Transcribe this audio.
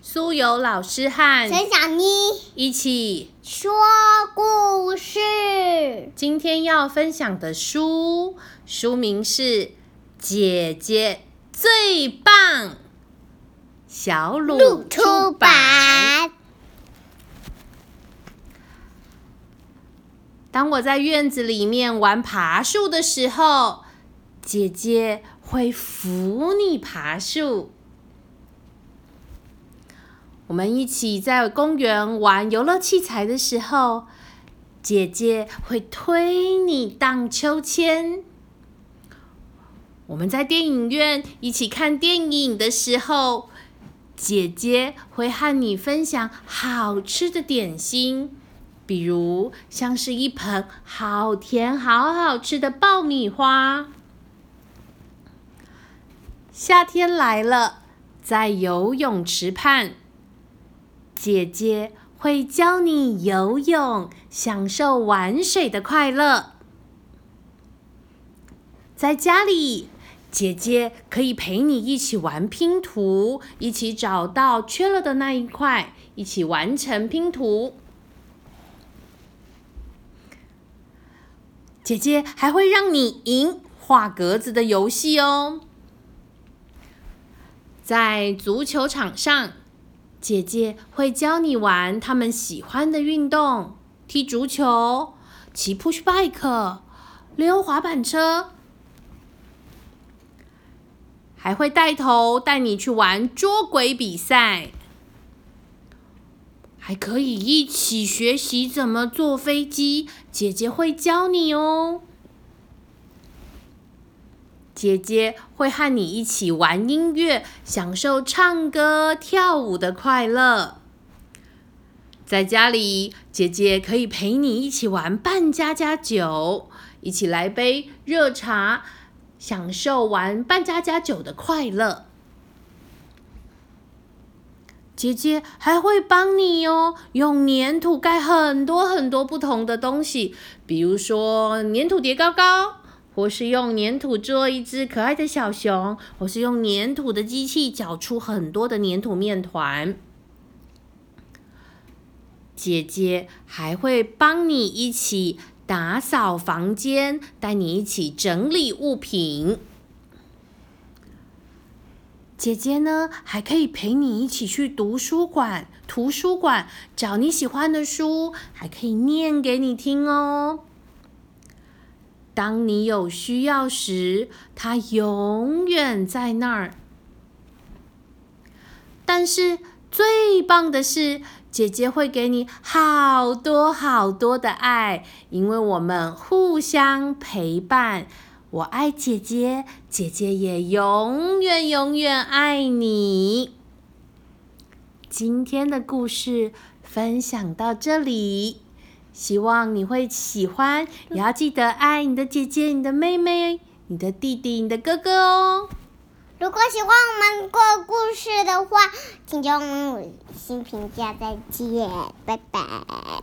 苏有老师和陈小妮一起说故事。 今天要分享的书名是《姐姐最棒》，小鲁出版。当我在院子里面玩爬树的时候，姐姐会扶你爬树。我们一起在公园玩游乐器材的时候，姐姐会推你荡秋千。我们在电影院一起看电影的时候，姐姐会和你分享好吃的点心，比如像是一盆好甜好吃的爆米花。夏天来了，在游泳池畔，姐姐会教你游泳，享受玩水的快乐。在家里，姐姐可以陪你一起玩拼图，一起找到缺了的那一块，一起完成拼图。姐姐还会让你赢画格子的游戏哦。在足球场上，姐姐会教你玩他们喜欢的运动，踢足球、骑 push bike、溜滑板车，还会带你去玩捉鬼比赛，还可以一起学习怎么坐飞机，姐姐会教你哦。姐姐会和你一起玩音乐，享受唱歌跳舞的快乐。在家里，姐姐可以陪你一起玩扮家家酒，一起来杯热茶，享受玩扮家家酒的快乐。姐姐还会帮你哦，用粘土盖很多不同的东西，比如说粘土叠高高，或是用粘土做一只可爱的小熊，或是用粘土的机器搅出很多的粘土面团。姐姐还会帮你一起打扫房间，带你一起整理物品。姐姐呢，还可以陪你一起去图书馆找你喜欢的书，还可以念给你听哦。当你有需要时，她永远在那儿。但是最棒的是，姐姐会给你好多的爱，因为我们互相陪伴。我爱姐姐，姐姐也永远爱你。今天的故事分享到这里，希望你会喜欢，也要记得爱你的姐姐、你的妹妹、你的弟弟、你的哥哥哦。 如果喜欢我们故事的话，请给我们5星评价。再见，拜拜。